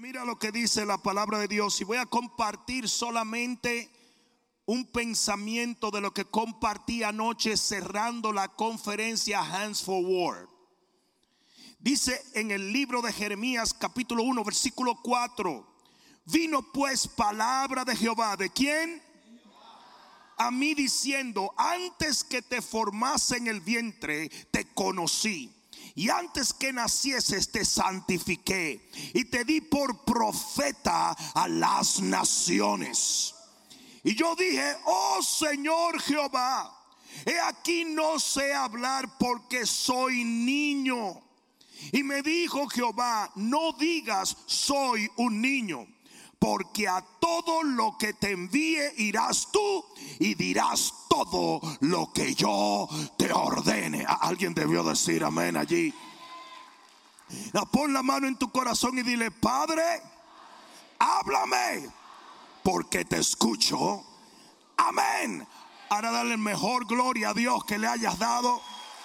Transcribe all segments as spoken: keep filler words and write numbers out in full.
Mira lo que dice la palabra de Dios, y voy a compartir solamente un pensamiento de lo que compartí anoche cerrando la conferencia Hands Forward. Dice en el libro de Jeremías capítulo uno versículo cuatro: vino pues palabra de Jehová. ¿De quién? A mí diciendo: antes que te formase en el vientre te conocí, y antes que nacieses te santifiqué, y te di por profeta a las naciones. Y yo dije: oh Señor Jehová, he aquí no sé hablar porque soy niño. Y me dijo Jehová: no digas soy un niño, porque a todo lo que te envíe irás tú y dirás todo lo que yo te ordene. Alguien debió decir amén allí. Now, pon la mano en tu corazón y dile: Padre, háblame, porque te escucho. Amén. Ahora dale mejor gloria a Dios que le hayas dado.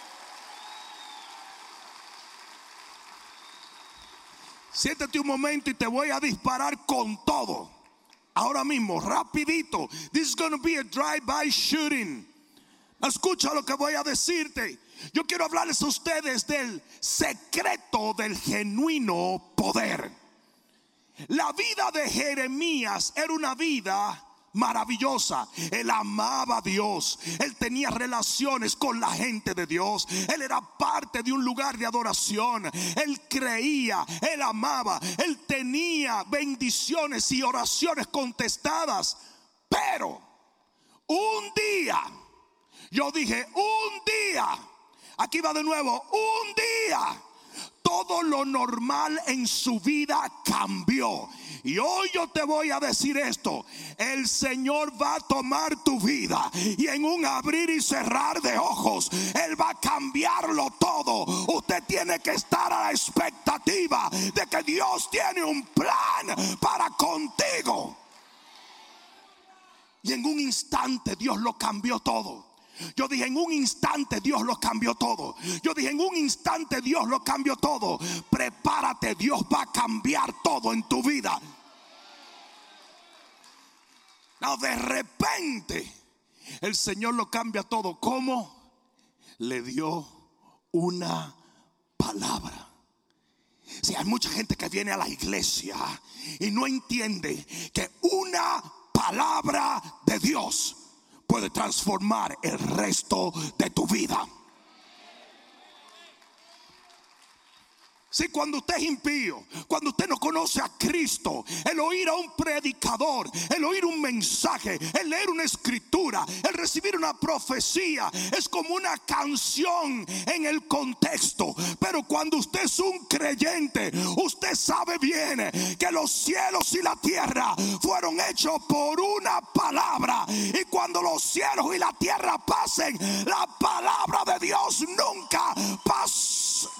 Siéntate un momento y te voy a disparar con todo. Ahora mismo, rapidito. This is going to be a drive-by shooting. Escucha lo que voy a decirte. Yo quiero hablarles a ustedes del secreto del genuino poder. La vida de Jeremías era una vida maravillosa. Él amaba a Dios, él tenía relaciones con la gente de Dios, él era parte de un lugar de adoración, él creía, él amaba, él tenía bendiciones y oraciones contestadas. Pero un día, yo dije un día, aquí va de nuevo, un día todo lo normal en su vida cambió. Y hoy yo te voy a decir esto: el Señor va a tomar tu vida y en un abrir y cerrar de ojos Él va a cambiarlo todo. Usted tiene que estar a la expectativa de que Dios tiene un plan para contigo. Y en un instante Dios lo cambió todo. Yo dije: en un instante Dios lo cambió todo. Yo dije: en un instante Dios lo cambió todo. Prepárate, Dios va a cambiar todo en tu vida. No, de repente el Señor lo cambia todo. ¿Cómo? Le dio una palabra. Si hay mucha gente que viene a la iglesia y no entiende que una palabra de Dios puede transformar el resto de tu vida. Sí, cuando usted es impío, cuando usted no conoce a Cristo, el oír a un predicador, el oír un mensaje, el leer una escritura, el recibir una profecía, es como una canción en el contexto. Pero cuando usted es un creyente, usted sabe bien que los cielos y la tierra fueron hechos por una palabra. Y cuando los cielos y la tierra pasen, la palabra de Dios nunca pasa.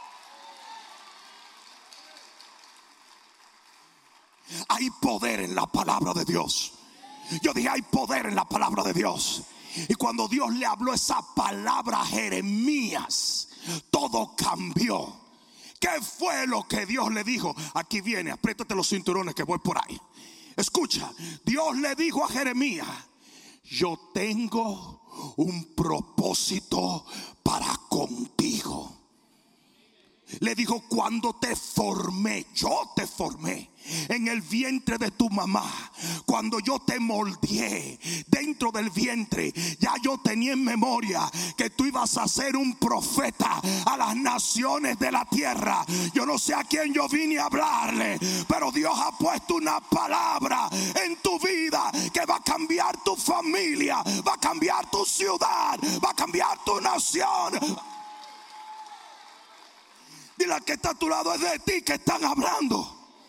Hay poder en la palabra de Dios. Yo dije: hay poder en la palabra de Dios. Y cuando Dios le habló esa palabra a Jeremías, todo cambió. ¿Qué fue lo que Dios le dijo? Aquí viene, apriétate los cinturones que voy por ahí. Escucha, Dios le dijo a Jeremías: yo tengo un propósito para contigo. Le dijo: cuando te formé, yo te formé en el vientre de tu mamá, cuando yo te moldeé dentro del vientre, ya yo tenía en memoria que tú ibas a ser un profeta a las naciones de la tierra. Yo no sé a quién yo vine a hablarle, pero Dios ha puesto una palabra en tu vida que va a cambiar tu familia, va a cambiar tu ciudad, va a cambiar tu nación. Dile al que está a tu lado: es de ti que están hablando.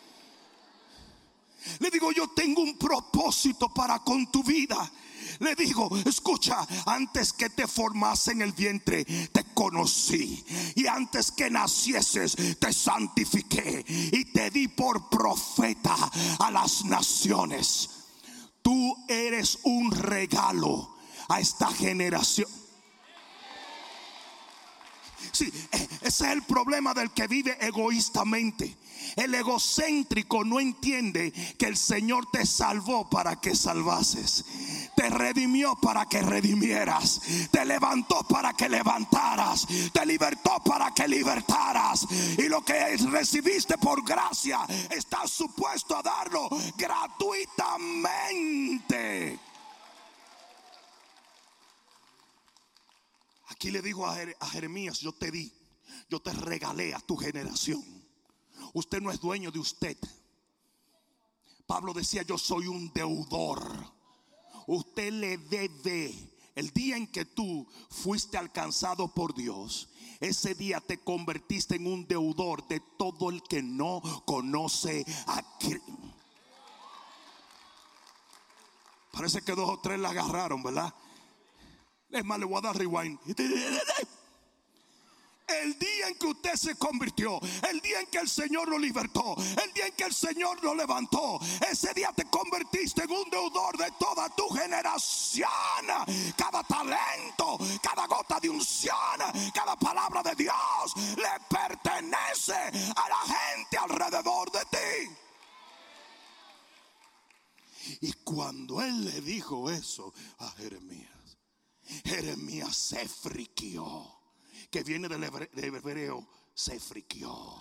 Le digo: yo tengo un propósito para con tu vida. Le digo: escucha, antes que te formase en el vientre te conocí, y antes que nacieses te santifiqué y te di por profeta a las naciones. Tú eres un regalo a esta generación. Sí, ese es el problema del que vive egoístamente. El egocéntrico no entiende que el Señor te salvó para que salvases, te redimió para que redimieras, te levantó para que levantaras, te libertó para que libertaras. Y lo que recibiste por gracia, estás supuesto a darlo gratuitamente. Aquí le digo a Jeremías: yo te di, yo te regalé a tu generación. Usted no es dueño de usted. Pablo decía: yo soy un deudor. Usted le debe. El día en que tú fuiste alcanzado por Dios, ese día te convertiste en un deudor de todo el que no conoce a Cristo. Parece que dos o tres la agarraron, ¿verdad? Es más, le voy a dar rewind. El día en que usted se convirtió, el día en que el Señor lo libertó, el día en que el Señor lo levantó, ese día te convertiste en un deudor de toda tu generación. Cada talento, cada gota de unción, cada palabra de Dios le pertenece a la gente alrededor de ti. Y cuando él le dijo eso a Jeremías, Jeremías se friquió, que viene del hebreo, se friquió.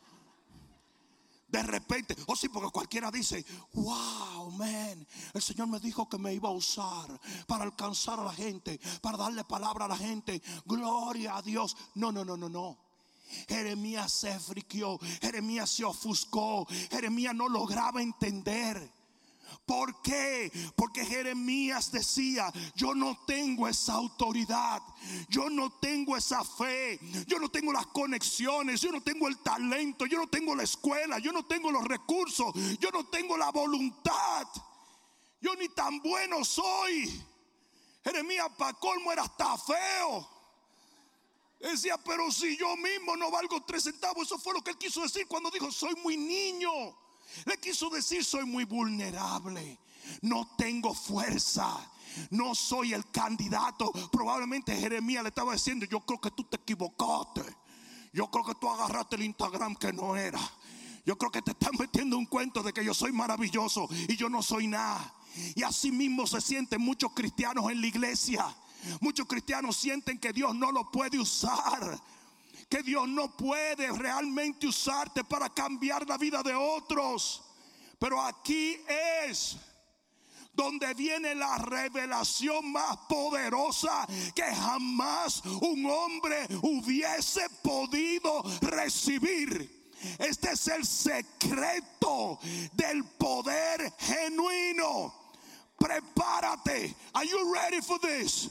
De repente, oh sí, porque cualquiera dice: wow, man, el Señor me dijo que me iba a usar para alcanzar a la gente, para darle palabra a la gente. Gloria a Dios. No, no, no, no, no. Jeremías se friquió, Jeremías se ofuscó, Jeremías no lograba entender. ¿Por qué? Porque Jeremías decía: yo no tengo esa autoridad, yo no tengo esa fe, yo no tengo las conexiones, yo no tengo el talento, yo no tengo la escuela, yo no tengo los recursos, yo no tengo la voluntad, yo ni tan bueno soy. Jeremías, para colmo, era hasta feo. Decía: pero si yo mismo no valgo tres centavos. Eso fue lo que él quiso decir cuando dijo: soy muy niño. Le quiso decir: soy muy vulnerable, no tengo fuerza, no soy el candidato. Probablemente Jeremías le estaba diciendo: yo creo que tú te equivocaste, yo creo que tú agarraste el Instagram que no era, yo creo que te están metiendo un cuento de que yo soy maravilloso y yo no soy nada. Y así mismo se sienten muchos cristianos en la iglesia. Muchos cristianos sienten que Dios no lo puede usar, que Dios no puede realmente usarte para cambiar la vida de otros. Pero aquí es donde viene la revelación más poderosa que jamás un hombre hubiese podido recibir. Este es el secreto del poder genuino. Prepárate. Are you ready for this?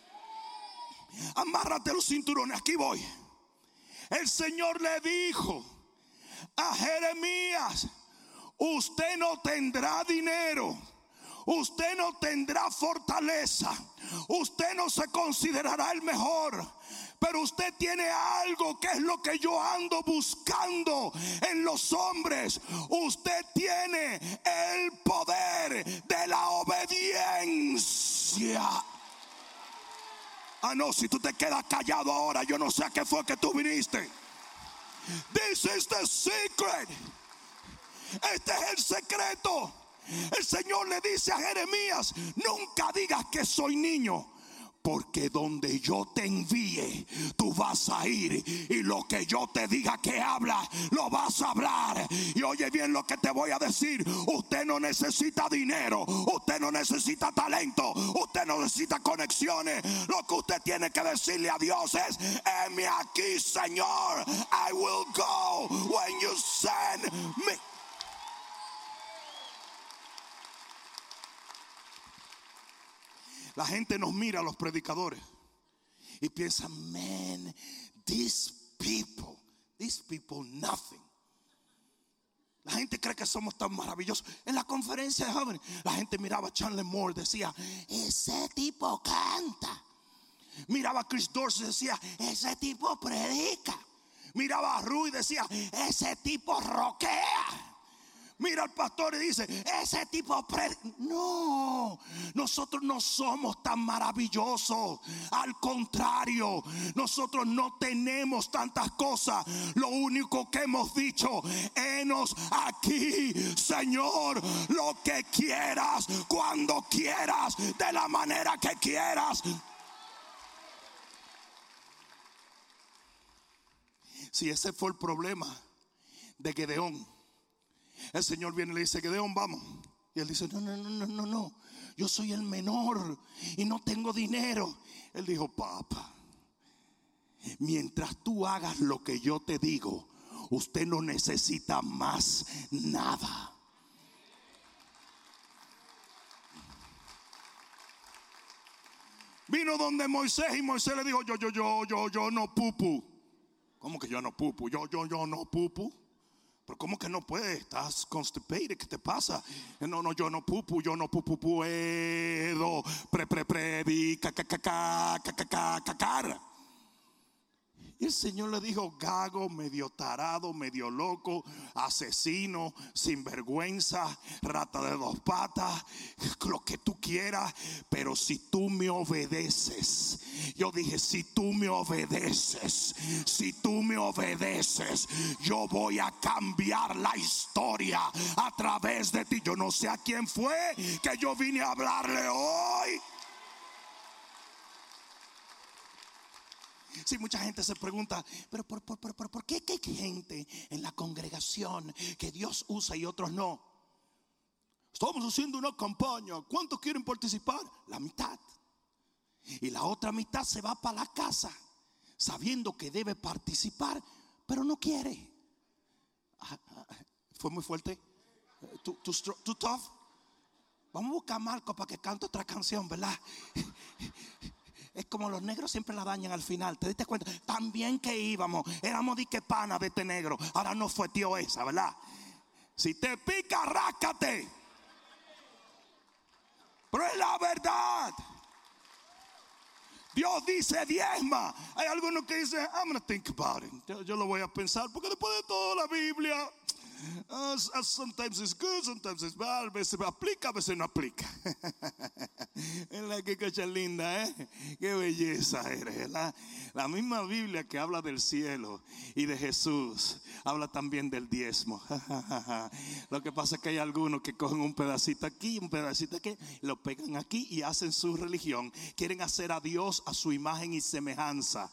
Amárrate los cinturones. Aquí voy. El Señor le dijo a Jeremías: usted no tendrá dinero, usted no tendrá fortaleza, usted no se considerará el mejor, pero usted tiene algo que es lo que yo ando buscando en los hombres. Usted tiene el poder de la obediencia. Ah, no, si tú te quedas callado ahora, yo no sé a qué fue que tú viniste. This is the secret. Este es el secreto. El Señor le dice a Jeremías: nunca digas que soy niño, porque donde yo te envíe, tú vas a ir, y lo que yo te diga que habla, lo vas a hablar. Y oye bien lo que te voy a decir: usted no necesita dinero, usted no necesita talento, usted no necesita conexiones. Lo que usted tiene que decirle a Dios es: heme aquí, Señor, I will go when you send me. La gente nos mira a los predicadores y piensa: man, these people, these people nothing. La gente cree que somos tan maravillosos. En la conferencia de jóvenes, la gente miraba a Chandler Moore, decía: ese tipo canta. Miraba a Chris Dorsey y decía: ese tipo predica. Miraba a Rui y decía: ese tipo roquea. mira al pastor y dice, ese tipo pre-. No, nosotros no somos tan maravillosos. Al contrario, nosotros no tenemos tantas cosas. Lo único que hemos dicho, henos aquí, Señor, lo que quieras, cuando quieras, de la manera que quieras. Si ese fue el problema de Gedeón, el Señor viene y le dice, Gedeón, vamos. Y él dice, no, no, no, no, no, no. Yo soy el menor y no tengo dinero. Él dijo, papá, mientras tú hagas lo que yo te digo, usted no necesita más nada. Vino donde Moisés y Moisés le dijo, yo, yo, yo, yo, yo no pupu. ¿Cómo que yo no pupu? Yo, yo, yo no pupu. Pero ¿cómo que no puedes? Estás constipated, ¿qué te pasa? No, no, yo no pupu, yo no pupu puedo. Pre, pre, predica, ca, ca, ca, ca, ca, ca, ca, cara. Y el Señor le dijo, gago, medio tarado, medio loco, asesino, sinvergüenza, rata de dos patas, lo que tú quieras, pero si tú me obedeces. Yo dije, si tú me obedeces, si tú me obedeces, yo voy a cambiar la historia a través de ti. Yo no sé a quién fue que yo vine a hablarle hoy. Sí, mucha gente se pregunta, pero por, por, por, por, ¿por qué hay gente en la congregación que Dios usa y otros no? Estamos haciendo una campaña. ¿Cuántos quieren participar? La mitad. Y la otra mitad se va para la casa sabiendo que debe participar, pero no quiere. ¿Fue muy fuerte? ¿Too, too, too tough? Vamos a buscar a Marco para que cante otra canción, ¿verdad? Es como los negros siempre la dañan al final. ¿Te diste cuenta? También que íbamos, éramos dique pana de este negro. Ahora no fue tío esa, ¿verdad? Si te pica, ráscate. Pero es la verdad. Dios dice diezma. Hay algunos que dicen, I'm gonna think about it. Yo, yo lo voy a pensar, porque después de todo la Biblia, Uh, sometimes it's good, sometimes it's bad. A veces aplica, a veces no aplica. Es la que cosa linda, ¿eh? Qué belleza eres. La, la misma Biblia que habla del cielo y de Jesús habla también del diezmo. Lo que pasa es que hay algunos que cogen un pedacito aquí, un pedacito aquí, lo pegan aquí y hacen su religión. Quieren hacer a Dios a su imagen y semejanza.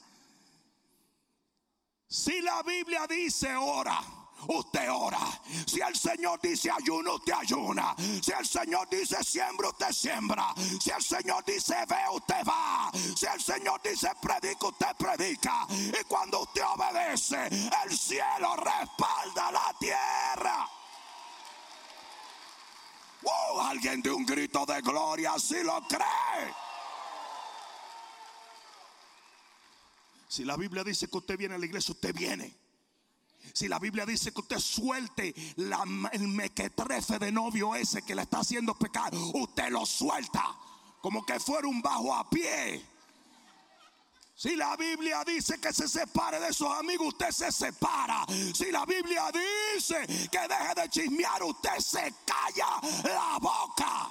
Si la Biblia dice ora, usted ora. Si el Señor dice ayuno, usted ayuna. Si el Señor dice siembra, usted siembra. Si el Señor dice ve, usted va. Si el Señor dice predica, usted predica. Y cuando usted obedece, el cielo respalda la tierra. Uh, alguien de un grito de gloria si lo cree. Si la Biblia dice que usted viene a la iglesia, usted viene. Si la Biblia dice que usted suelte la, el mequetrefe de novio ese que le está haciendo pecar, usted lo suelta como que fuera un bajo a pie. Si la Biblia dice que se separe de sus amigos, usted se separa. Si la Biblia dice que deje de chismear, usted se calla la boca.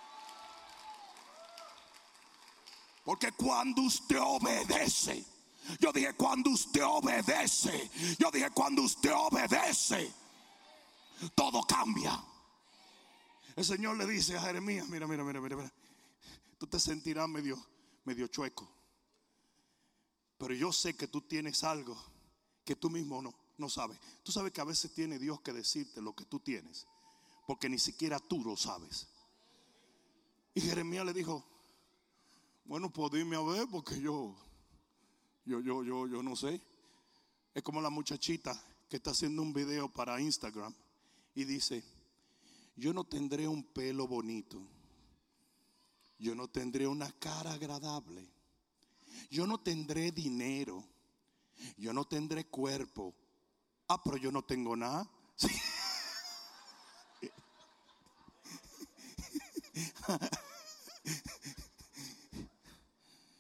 Porque cuando usted obedece, yo dije cuando usted obedece, yo dije cuando usted obedece, todo cambia. El Señor le dice a Jeremías, mira, mira, mira, mira, mira, tú te sentirás medio, medio chueco, pero yo sé que tú tienes algo que tú mismo no, no sabes. Tú sabes que a veces tiene Dios que decirte lo que tú tienes, porque ni siquiera tú lo sabes. Y Jeremías le dijo, bueno, pues dime a ver, porque yo... Yo, yo, yo, yo no sé. Es como la muchachita que está haciendo un video para Instagram y dice, yo no tendré un pelo bonito, yo no tendré una cara agradable, yo no tendré dinero, yo no tendré cuerpo. Ah, pero yo no tengo nada. Sí.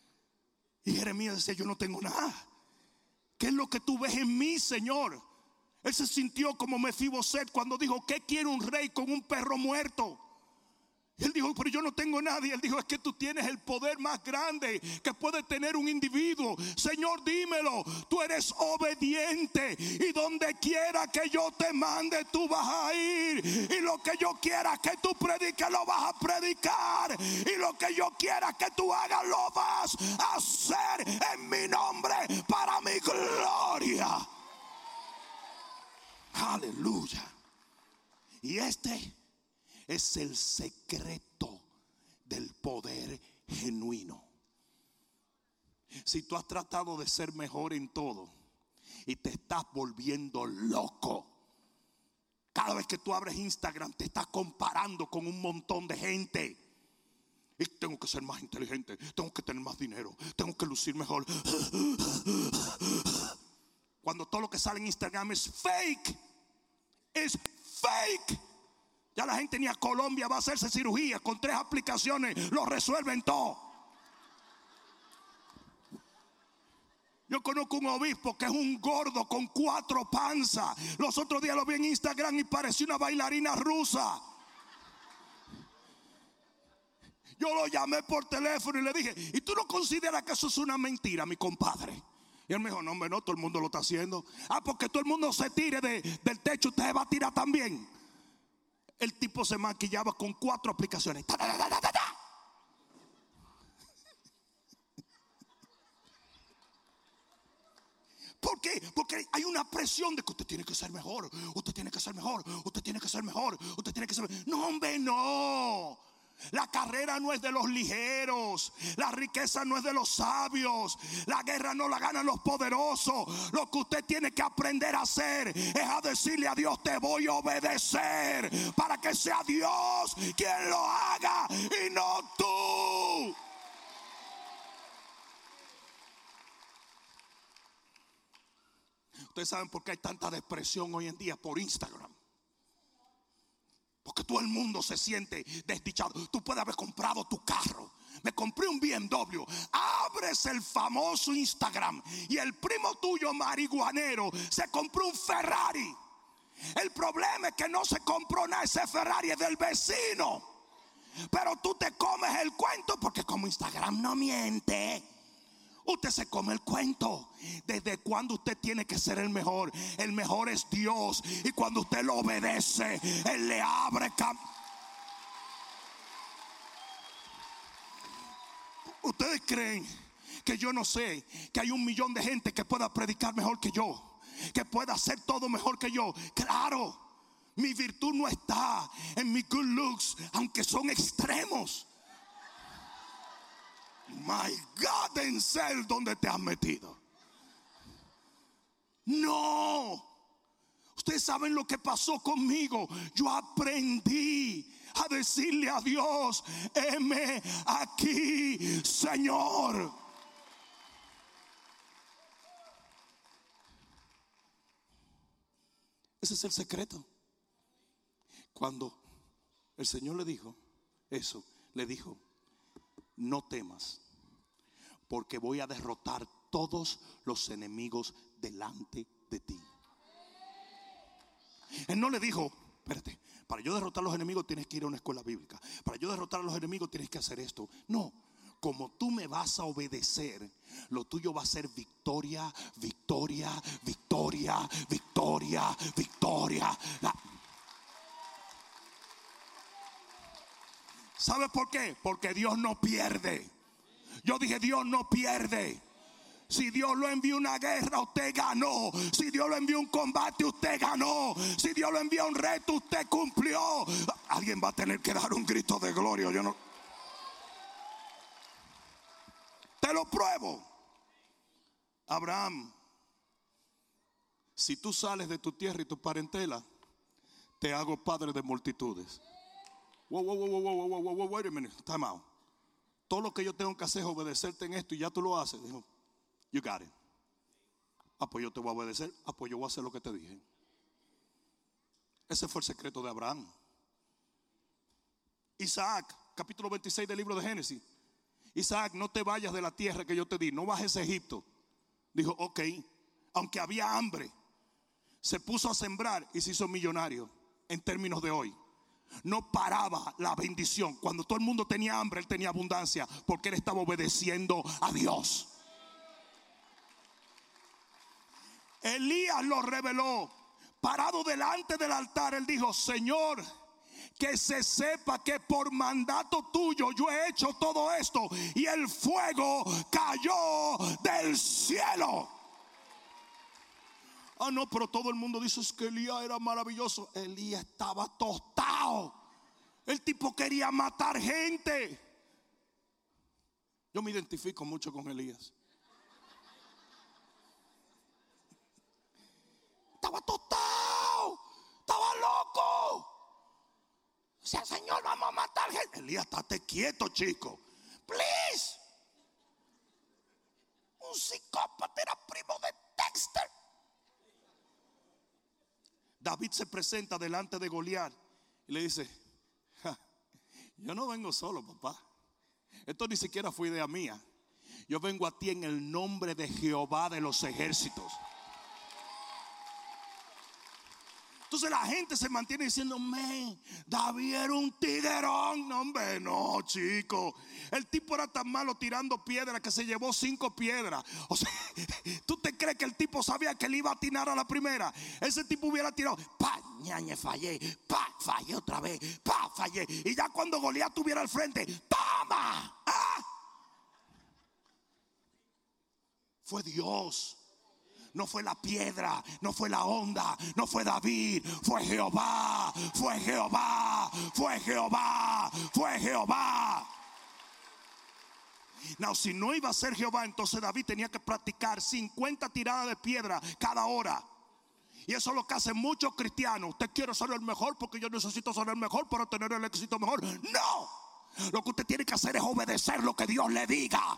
Y Jeremías decía, yo no tengo nada. ¿Qué es lo que tú ves en mí, Señor? Él se sintió como Mefiboset cuando dijo: ¿qué quiere un rey con un perro muerto? Él dijo: pero yo no tengo nadie. Él dijo: es que tú tienes el poder más grande que puede tener un individuo. Señor, dímelo. Tú eres obediente y donde quiera que yo te mande, tú vas a ir. Y lo que yo quiera que tú prediques, lo vas a predicar. Y lo que yo quiera que tú hagas, lo vas a hacer en mi nombre, para mi gloria. Aleluya. Y este es el secreto del poder genuino. Si tú has tratado de ser mejor en todo y te estás volviendo loco, cada vez que tú abres Instagram te estás comparando con un montón de gente. Y tengo que ser más inteligente, tengo que tener más dinero, tengo que lucir mejor. Cuando todo lo que sale en Instagram es fake, es fake. Ya la gente ni a Colombia va a hacerse cirugía, con tres aplicaciones lo resuelven todo. Yo conozco un obispo que es un gordo con cuatro panzas. Los otros días lo vi en Instagram y parecía una bailarina rusa. Yo lo llamé por teléfono y le dije: ¿y tú no consideras que eso es una mentira, mi compadre? Y él me dijo: no, hombre, no, todo el mundo lo está haciendo. Ah, porque todo el mundo se tire de, del techo, usted se va a tirar también. El tipo se maquillaba con cuatro aplicaciones. Ta, ta, ta, ta, ta, ta. ¿Por qué? Porque hay una presión de que usted tiene que ser mejor. Usted tiene que ser mejor. Usted tiene que ser mejor. Usted tiene que ser mejor. No, hombre, no. La carrera no es de los ligeros. La riqueza no es de los sabios. La guerra no la ganan los poderosos. Lo que usted tiene que aprender a hacer es a decirle a Dios: te voy a obedecer, para que sea Dios quien lo haga y no tú. Ustedes saben por qué hay tanta depresión hoy en día por Instagram. Porque todo el mundo se siente desdichado. Tú puedes haber comprado tu carro. Me compré un B M W. Abres el famoso Instagram y el primo tuyo marihuanero se compró un Ferrari. El problema es que no se compró nada. Ese Ferrari es del vecino. Pero tú te comes el cuento, porque como Instagram no miente, usted se come el cuento. ¿Desde cuándo usted tiene que ser el mejor? El mejor es Dios. Y cuando usted lo obedece, Él le abre camino. ¿Ustedes creen que yo no sé que hay un millón de gente que pueda predicar mejor que yo, que pueda hacer todo mejor que yo? Claro, mi virtud no está en mi good looks, aunque son extremos. My God, Denzel, ¿dónde te has metido? No. Ustedes saben lo que pasó conmigo. Yo aprendí a decirle a Dios: heme aquí, Señor. Ese es el secreto. Cuando el Señor le dijo eso, le dijo: no temas, porque voy a derrotar todos los enemigos delante de ti. Él no le dijo: espérate, para yo derrotar a los enemigos tienes que ir a una escuela bíblica. Para yo derrotar a los enemigos tienes que hacer esto. No, como tú me vas a obedecer, lo tuyo va a ser victoria, victoria, victoria, victoria, victoria. La... ¿Sabe por qué? Porque Dios no pierde. Yo dije: Dios no pierde. Si Dios lo envió a una guerra, usted ganó. Si Dios lo envió a un combate, usted ganó. Si Dios lo envió a un reto, usted cumplió. Alguien va a tener que dar un grito de gloria. Yo no. Te lo pruebo. Abraham: si tú sales de tu tierra y tu parentela, te hago padre de multitudes. Wow, wow, wow, wow, wow, wow, wow, wow, wait a minute, time out. Todo lo que yo tengo que hacer es obedecerte en esto y ya tú lo haces. Dijo: you got it. Ah, pues yo te voy a obedecer. Ah, pues yo voy a hacer lo que te dije. Ese fue el secreto de Abraham. Isaac, capítulo veintiséis del libro de Génesis. Isaac: no te vayas de la tierra que yo te di, no bajes a Egipto. Dijo: ok, aunque había hambre. Se puso a sembrar y se hizo millonario en términos de hoy. No paraba la bendición. Cuando todo el mundo tenía hambre, él tenía abundancia, porque él estaba obedeciendo a Dios. Elías lo reveló. Parado delante del altar, él dijo: Señor, que se sepa que por mandato tuyo yo he hecho todo esto. Y el fuego cayó del cielo. Ah, no, pero todo el mundo dice es que Elías era maravilloso. Elías estaba tostado. El tipo quería matar gente. Yo me identifico mucho con Elías. Estaba tostado. Estaba loco. O sea, Señor, vamos a matar gente. Elías, estate quieto, chico. Please. Un psicópata, era primo de Dexter. David se presenta delante de Goliat y le dice: yo no vengo solo, papá. Esto ni siquiera fue idea mía. Yo vengo a ti en el nombre de Jehová de los ejércitos. Entonces la gente se mantiene diciendo: man, David era un tiguerón. No, hombre, no, chico. El tipo era tan malo tirando piedras que se llevó cinco piedras. O sea, ¿tú te crees que el tipo sabía que le iba a atinar a la primera? Ese tipo hubiera tirado, pa, ñañe, fallé, pa, fallé otra vez, pa, fallé. Y ya cuando Goliat estuviera al frente, ¡toma! ¡Ah! Fue Dios. No fue la piedra, no fue la onda, no fue David, fue Jehová, fue Jehová, fue Jehová, fue Jehová. No, si no iba a ser Jehová, entonces David tenía que practicar cincuenta tiradas de piedra cada hora. Y eso es lo que hacen muchos cristianos. Usted quiere ser el mejor porque yo necesito ser el mejor para tener el éxito mejor. No, lo que usted tiene que hacer es obedecer lo que Dios le diga.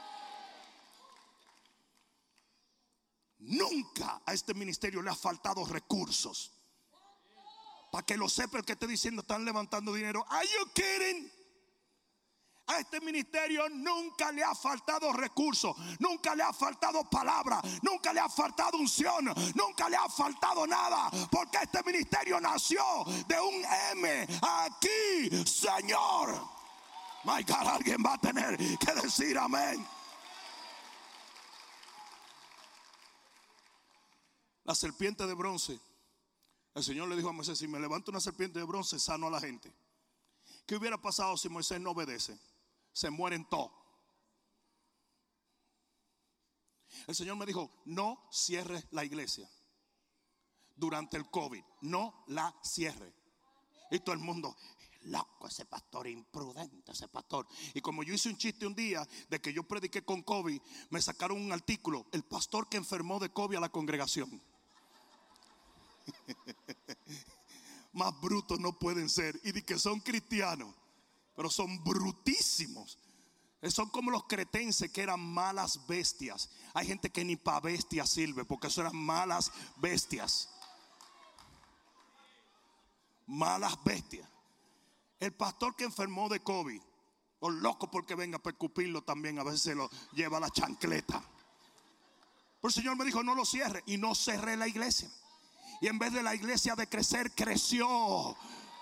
Nunca a este ministerio le ha faltado recursos. Para que lo sepa el que esté diciendo están levantando dinero. Are you kidding? A este ministerio nunca le ha faltado recursos. Nunca le ha faltado palabra. Nunca le ha faltado unción. Nunca le ha faltado nada. Porque este ministerio nació de un M aquí, Señor. My God, alguien va a tener que decir amén. La serpiente de bronce. El Señor le dijo a Moisés: si me levanto una serpiente de bronce, sano a la gente. ¿Qué hubiera pasado si Moisés no obedece? Se mueren todos. El Señor me dijo: no cierres la iglesia durante el COVID. No la cierre. Y todo el mundo: loco ese pastor, imprudente ese pastor. Y como yo hice un chiste un día de que yo prediqué con COVID, me sacaron un artículo: el pastor que enfermó de COVID a la congregación. Más brutos no pueden ser. Y de que son cristianos, pero son brutísimos. Son como los cretenses que eran malas bestias. Hay gente que ni para bestias sirve, porque eso eran malas bestias. Malas bestias. El pastor que enfermó de COVID, o loco porque venga a percupirlo también, a veces se lo lleva a la chancleta. Pero el Señor me dijo: no lo cierre. Y no cerré la iglesia. Y en vez de la iglesia de crecer, creció.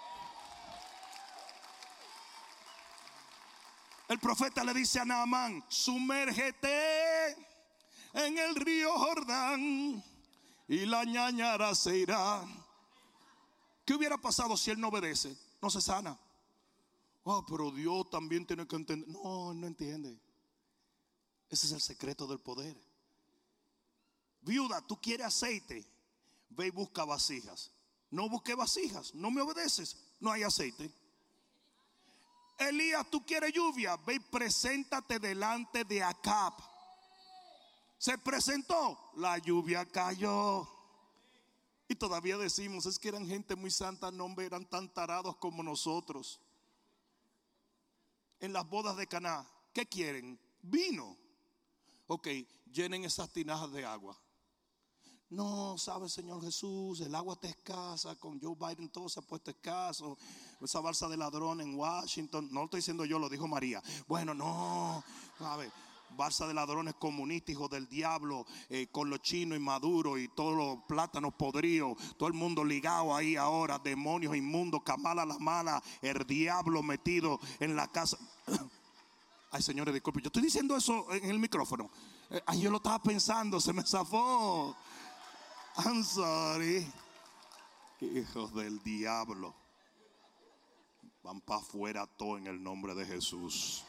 El profeta le dice a Naamán: sumérgete en el río Jordán y la ñañara se irá. ¿Qué hubiera pasado si él no obedece? No se sana. Oh, pero Dios también tiene que entender. No, no entiende. Ese es el secreto del poder. Viuda, tú quieres aceite, ve y busca vasijas. No busqué vasijas, no me obedeces, no hay aceite. Elías, tú quieres lluvia, ve y preséntate delante de Acab. Se presentó, la lluvia cayó. Y todavía decimos: es que eran gente muy santa. No, eran tan tarados como nosotros. En las bodas de Caná, ¿qué quieren? Vino. Ok, llenen esas tinajas de agua. No, sabe, Señor Jesús, el agua está escasa. Con Joe Biden todo se ha puesto escaso. Esa balsa de ladrón en Washington. No lo estoy diciendo yo, lo dijo María. Bueno, no, a ver, Barça de ladrones comunistas, hijos del diablo, eh, con los chinos inmaduros y todos los plátanos podridos, todo el mundo ligado ahí ahora, demonios inmundos, Kamala la mala, el diablo metido en la casa. Ay, señores, disculpen, yo estoy diciendo eso en el micrófono. Eh, ay, yo lo estaba pensando, se me zafó. I'm sorry. Hijos del diablo. Van para afuera todo en el nombre de Jesús.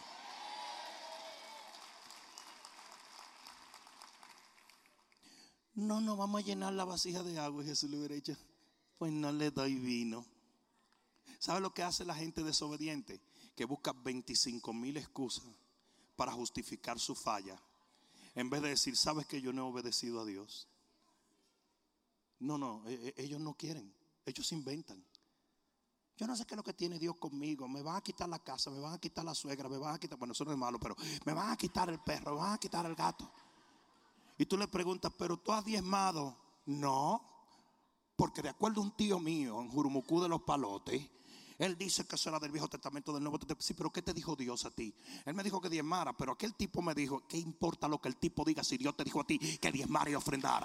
No, no, vamos a llenar la vasija de agua. Y Jesús le hubiera dicho, pues no le doy vino. ¿Sabe lo que hace la gente desobediente? Que busca veinticinco mil excusas para justificar su falla, en vez de decir, ¿sabes que yo no he obedecido a Dios? No, no, ellos no quieren. Ellos inventan. Yo no sé qué es lo que tiene Dios conmigo. Me van a quitar la casa, me van a quitar la suegra, me van a quitar, bueno, eso no es malo, pero me van a quitar el perro, me van a quitar el gato. Y tú le preguntas, ¿pero tú has diezmado? No, porque de acuerdo a un tío mío en Jurumucú de los Palotes, él dice que eso era del Viejo Testamento, del Nuevo Testamento. Sí, pero ¿qué te dijo Dios a ti? Él me dijo que diezmara, pero aquel tipo me dijo, ¿qué importa lo que el tipo diga si Dios te dijo a ti que diezmara y ofrendara?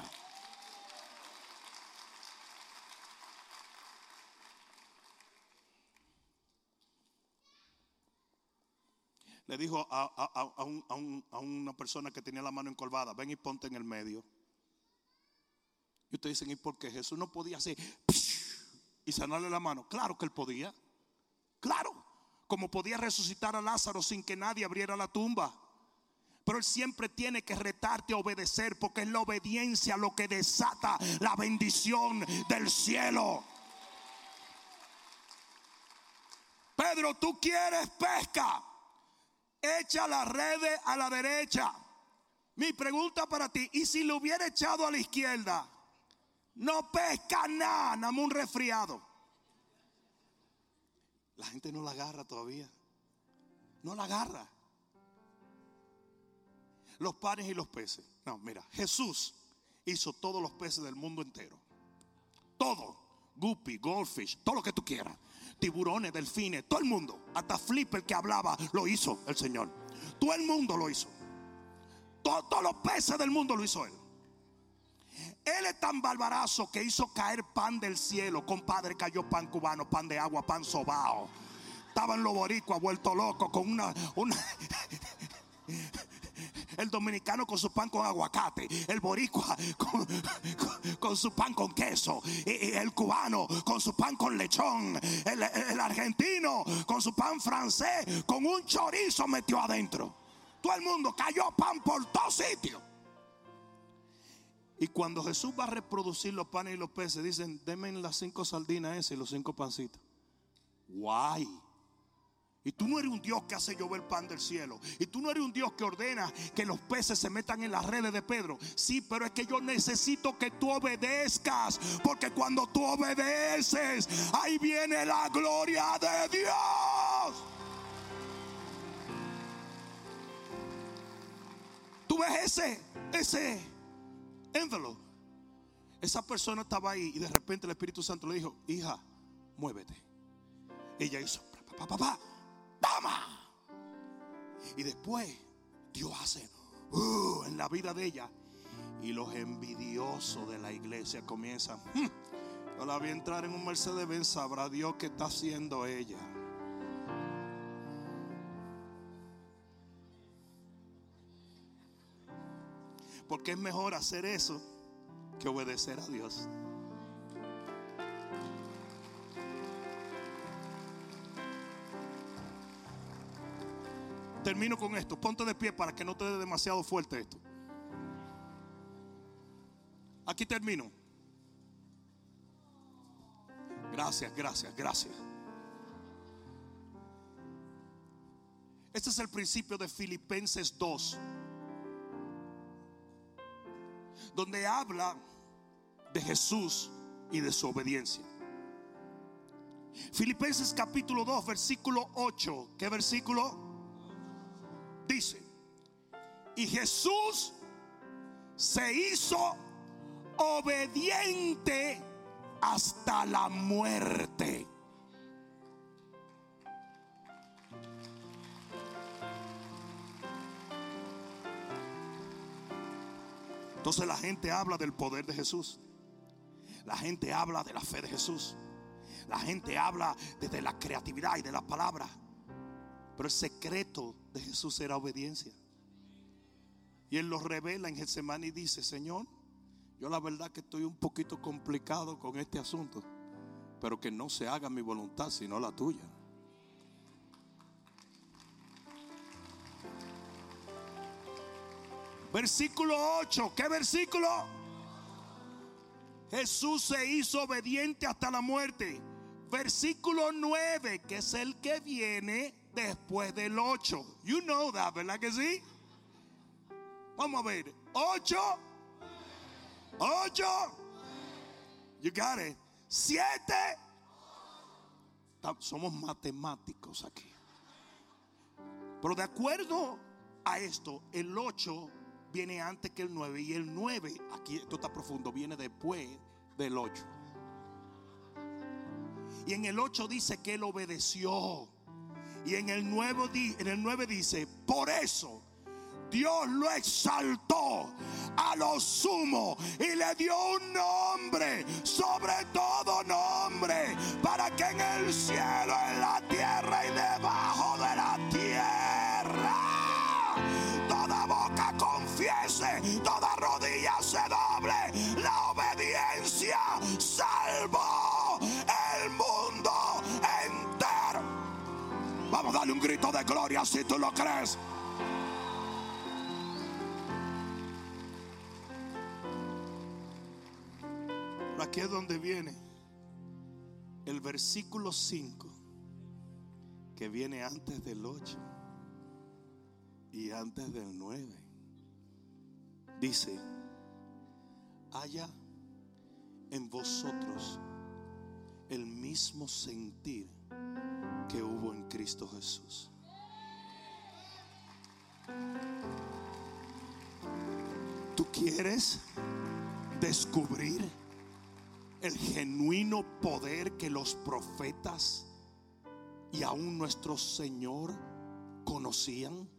Le dijo a, a, a, un, a, un, a una persona que tenía la mano encorvada, ven y ponte en el medio. Y ustedes dicen, ¿y por qué Jesús no podía hacer y sanarle la mano? Claro que él podía. Claro, como podía resucitar a Lázaro sin que nadie abriera la tumba. Pero él siempre tiene que retarte a obedecer, porque es la obediencia lo que desata la bendición del cielo. Pedro, ¿tú quieres pesca? Echa las redes a la derecha. Mi pregunta para ti, ¿y si lo hubiera echado a la izquierda? No pesca nada, nada más un resfriado. La gente no la agarra todavía. No la agarra. Los panes y los peces. No, mira, Jesús hizo todos los peces del mundo entero. Todo. Guppy, goldfish, todo lo que tú quieras. Tiburones, delfines, todo el mundo. Hasta Flipper que hablaba, lo hizo el Señor. Todo el mundo lo hizo. Todo, todos los peces del mundo lo hizo Él. Él es tan barbarazo que hizo caer pan del cielo. Compadre, cayó pan cubano, pan de agua, pan sobao. Estaban los boricuas vueltos locos con una... una el dominicano con su pan con aguacate, el boricua con, con, con su pan con queso, y, y el cubano con su pan con lechón, el, el argentino con su pan francés con un chorizo metió adentro. Todo el mundo cayó pan por todos sitios. Y cuando Jesús va a reproducir los panes y los peces, dicen, denme las cinco sardinas esas y los cinco pancitos. Guay. Y tú no eres un Dios que hace llover pan del cielo. Y tú no eres un Dios que ordena que los peces se metan en las redes de Pedro. Sí, pero es que yo necesito que tú obedezcas. Porque cuando tú obedeces, ahí viene la gloria de Dios. Tú ves ese, ese envelope. Esa persona estaba ahí y de repente el Espíritu Santo le dijo, hija, muévete. Ella hizo, papá, papá. ¡Toma! Y después Dios hace uh, en la vida de ella. Y los envidiosos de la iglesia comienzan, hm, yo la vi entrar en un Mercedes-Benz, sabrá Dios qué está haciendo ella. Porque es mejor hacer eso que obedecer a Dios. Termino con esto. Ponte de pie para que no te dé demasiado fuerte esto. Aquí termino. Gracias, gracias, gracias. Este es el principio de Filipenses dos, donde habla de Jesús y de su obediencia. Filipenses capítulo dos, versículo ocho. ¿Qué versículo? Dice, y Jesús se hizo obediente hasta la muerte. Entonces la gente habla del poder de Jesús. La gente habla de la fe de Jesús. La gente habla desde la creatividad y de la palabra. Pero el secreto de Jesús era obediencia. Y Él lo revela en Getsemaní y dice: Señor, yo la verdad que estoy un poquito complicado con este asunto, pero que no se haga mi voluntad sino la tuya. Versículo ocho. ¿Qué versículo? Jesús se hizo obediente hasta la muerte. Versículo nueve, que es el que viene después del ocho. You know that, ¿verdad que sí? Vamos a ver. ocho. ocho. You got it. siete. Somos matemáticos aquí. Pero de acuerdo a esto, el ocho viene antes que el nueve. Y el nueve, aquí esto está profundo, viene después del ocho. Y en el ocho dice que Él obedeció. Y en el nueve, en el nueve dice: por eso Dios lo exaltó a lo sumo y le dio un nombre sobre todo nombre, para que en el cielo, en la tierra y debajo de la tierra toda boca confiese, toda rodilla se doble. La obediencia salvó el mundo entero. Vamos a darle un grito de gloria si tú lo crees. Aquí es donde viene el versículo cinco, que viene antes del ocho y antes del nueve. Dice: haya en vosotros el mismo sentir que hubo en Cristo Jesús. ¿Tú quieres descubrir el genuino poder que los profetas y aún nuestro Señor conocían?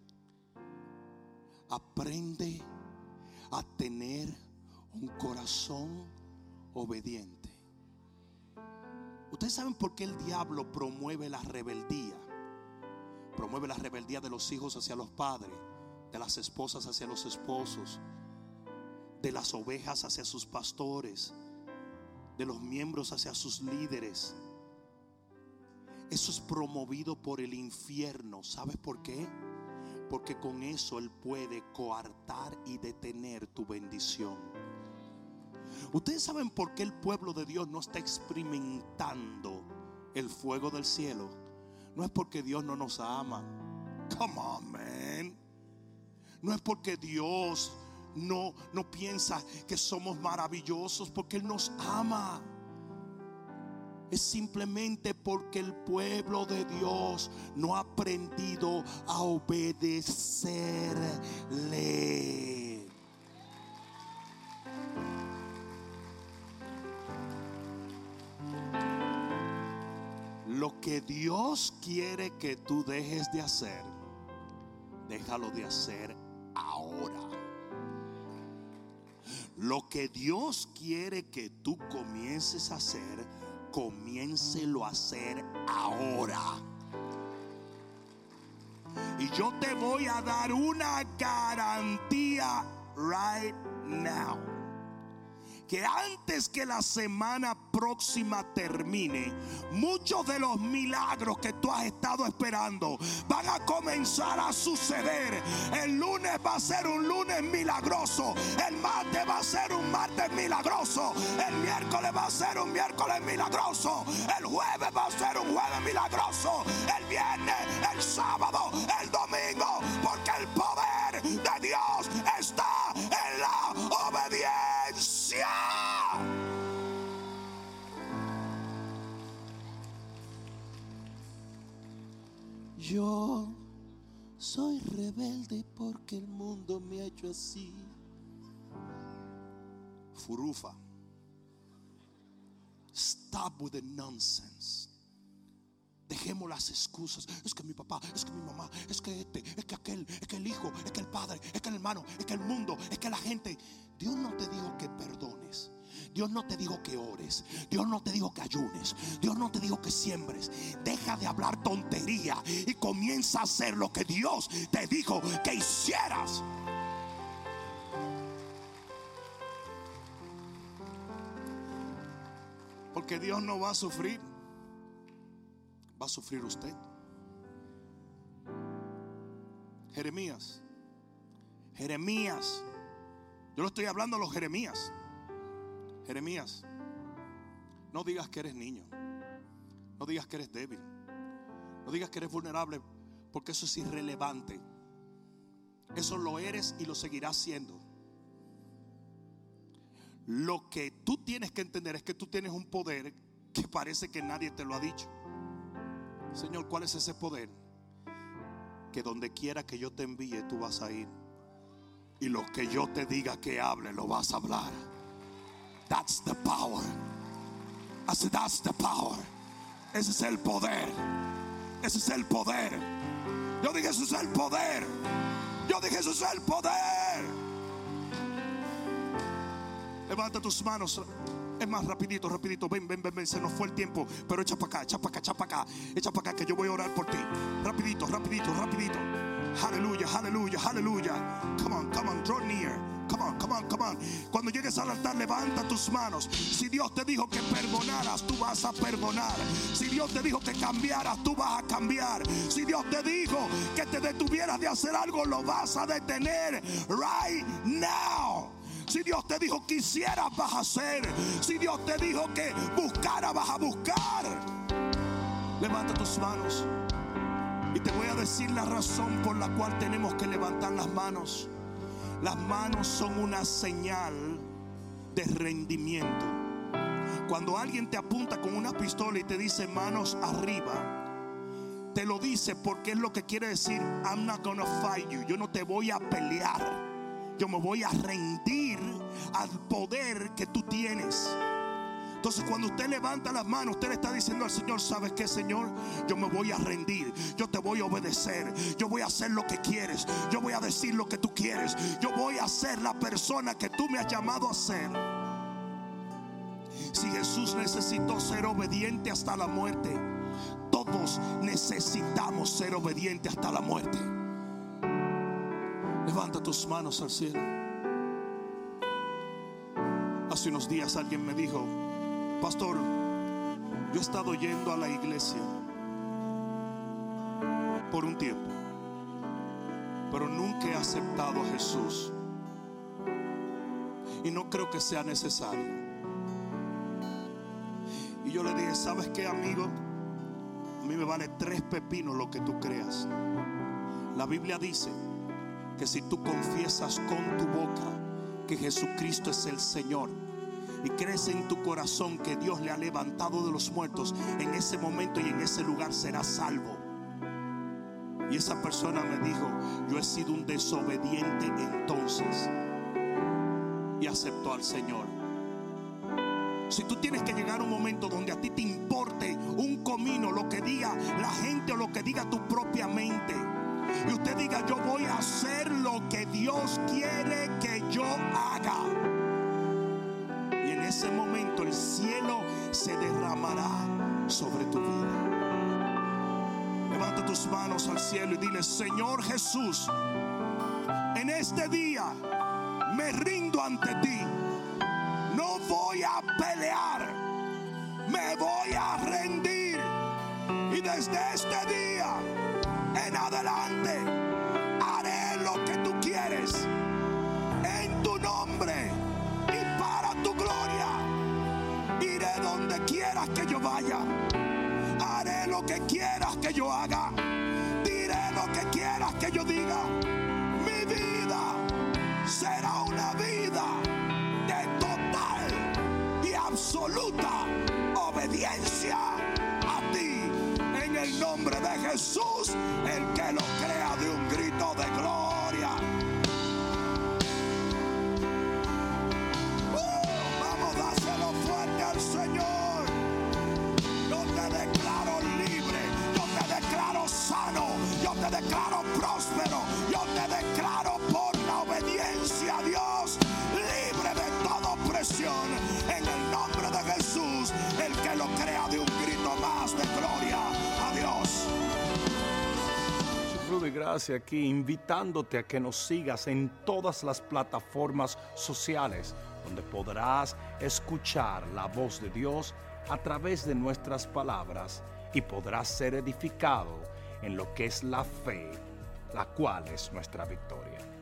Aprende a tener un corazón obediente. Ustedes saben por qué el diablo promueve la rebeldía. Promueve la rebeldía de los hijos hacia los padres, de las esposas hacia los esposos, de las ovejas hacia sus pastores, de los miembros hacia sus líderes. Eso es promovido por el infierno. ¿Sabes por qué? Porque con eso él puede coartar y detener tu bendición. Ustedes saben por qué el pueblo de Dios no está experimentando el fuego del cielo. No es porque Dios no nos ama. Come on, man. No es porque Dios No, no piensa que somos maravillosos, porque Él nos ama. Es simplemente porque el pueblo de Dios no ha aprendido a obedecerle. Lo que Dios quiere que tú dejes de hacer, déjalo de hacer ahora. Lo que Dios quiere que tú comiences a hacer, comiéncelo a hacer ahora. Y yo te voy a dar una garantía right now, que antes que la semana próxima termine, muchos de los milagros que tú has estado esperando van a comenzar a suceder. El lunes va a ser un lunes milagroso, el martes va a ser un martes milagroso, el miércoles va a ser un miércoles milagroso, el jueves va a ser un jueves milagroso, el viernes, el sábado, el domingo, porque el poder de Dios está en la obediencia. Yo soy rebelde porque el mundo me ha hecho así. Furufa. Stop with the nonsense. Deje Dejemos las excusas. Es que mi papá, es que mi mamá, es que este, es que aquel, es que el hijo, es que el padre, es que el hermano, es que el mundo, es que la gente. Dios no te dijo que perdones. Dios no te dijo que ores. Dios no te dijo que ayunes. Dios no te dijo que siembres. Deja de hablar tontería y comienza a hacer lo que Dios te dijo que hicieras. Porque Dios no va a sufrir, va a sufrir usted. Jeremías, Jeremías, yo le estoy hablando a los Jeremías. Jeremías, no digas que eres niño, no digas que eres débil, no digas que eres vulnerable, porque eso es irrelevante. Eso lo eres y lo seguirás siendo. Lo que tú tienes que entender es que tú tienes un poder que parece que nadie te lo ha dicho. Señor, ¿cuál es ese poder? Que donde quiera que yo te envíe, tú vas a ir. Y lo que yo te diga que hable, lo vas a hablar. That's the power. I said, that's the power. Ese es el poder. Ese es el poder. Yo dije, eso es el poder. Yo dije, eso es el poder. Levanta tus manos. Es más, rapidito, rapidito. Ven, ven, ven, ven. Se nos fue el tiempo. Pero echa para acá, echa para acá, echa para acá. Echa para acá que yo voy a orar por ti. Rapidito, rapidito, rapidito. Aleluya, aleluya, aleluya. Come on, come on, draw near. Come on, come on, come on. Cuando llegues al altar, levanta tus manos. Si Dios te dijo que perdonaras, tú vas a perdonar. Si Dios te dijo que cambiaras, tú vas a cambiar. Si Dios te dijo que te detuvieras de hacer algo, lo vas a detener right now. Si Dios te dijo que hicieras, vas a hacer. Si Dios te dijo que buscaras, vas a buscar. Levanta tus manos. Y te voy a decir la razón por la cual tenemos que levantar las manos. Las manos son una señal de rendimiento. Cuando alguien te apunta con una pistola y te dice manos arriba, te lo dice porque es lo que quiere decir: I'm not gonna fight you. Yo no te voy a pelear. Yo me voy a rendir al poder que tú tienes. Entonces, cuando usted levanta las manos, usted le está diciendo al Señor: ¿sabes qué, Señor? Yo me voy a rendir. Yo te voy a obedecer. Yo voy a hacer lo que quieres. Yo voy a decir lo que tú quieres. Yo voy a ser la persona que tú me has llamado a ser. Si Jesús necesitó ser obediente hasta la muerte, todos necesitamos ser obedientes hasta la muerte. Levanta tus manos al cielo. Hace unos días alguien me dijo: pastor, yo he estado yendo a la iglesia por un tiempo, pero nunca he aceptado a Jesús y no creo que sea necesario. Y yo le dije: ¿sabes qué, amigo? A mí me vale tres pepinos lo que tú creas. La Biblia dice que si tú confiesas con tu boca que Jesucristo es el Señor y crees en tu corazón que Dios le ha levantado de los muertos, en ese momento y en ese lugar serás salvo. Y esa persona me dijo: yo he sido un desobediente entonces, y aceptó al Señor. Si tú tienes que llegar a un momento donde a ti te importe un comino lo que diga la gente o lo que diga tu propia mente, y usted diga: yo voy a hacer lo que Dios quiere que yo haga, y en ese momento el cielo se derramará sobre tu vida. Levanta tus manos al cielo y dile: Señor Jesús, en este día me rindo ante ti. No voy a pelear, me voy a rendir, y desde este día en adelante haré lo que tú quieres, en tu nombre y para tu gloria. Iré donde quieras que yo vaya, haré lo que quieras que yo haga, diré lo que quieras que yo diga. Mi vida será una vida de total y absoluta obediencia a ti. En el nombre de Jesús, el que lo crea de un grito de gloria. Uh, vamos a dárselo fuerte al Señor. Yo te declaro libre, yo Gracia aquí, invitándote a que nos sigas en todas las plataformas sociales, donde podrás escuchar la voz de Dios a través de nuestras palabras y podrás ser edificado en lo que es la fe, la cual es nuestra victoria.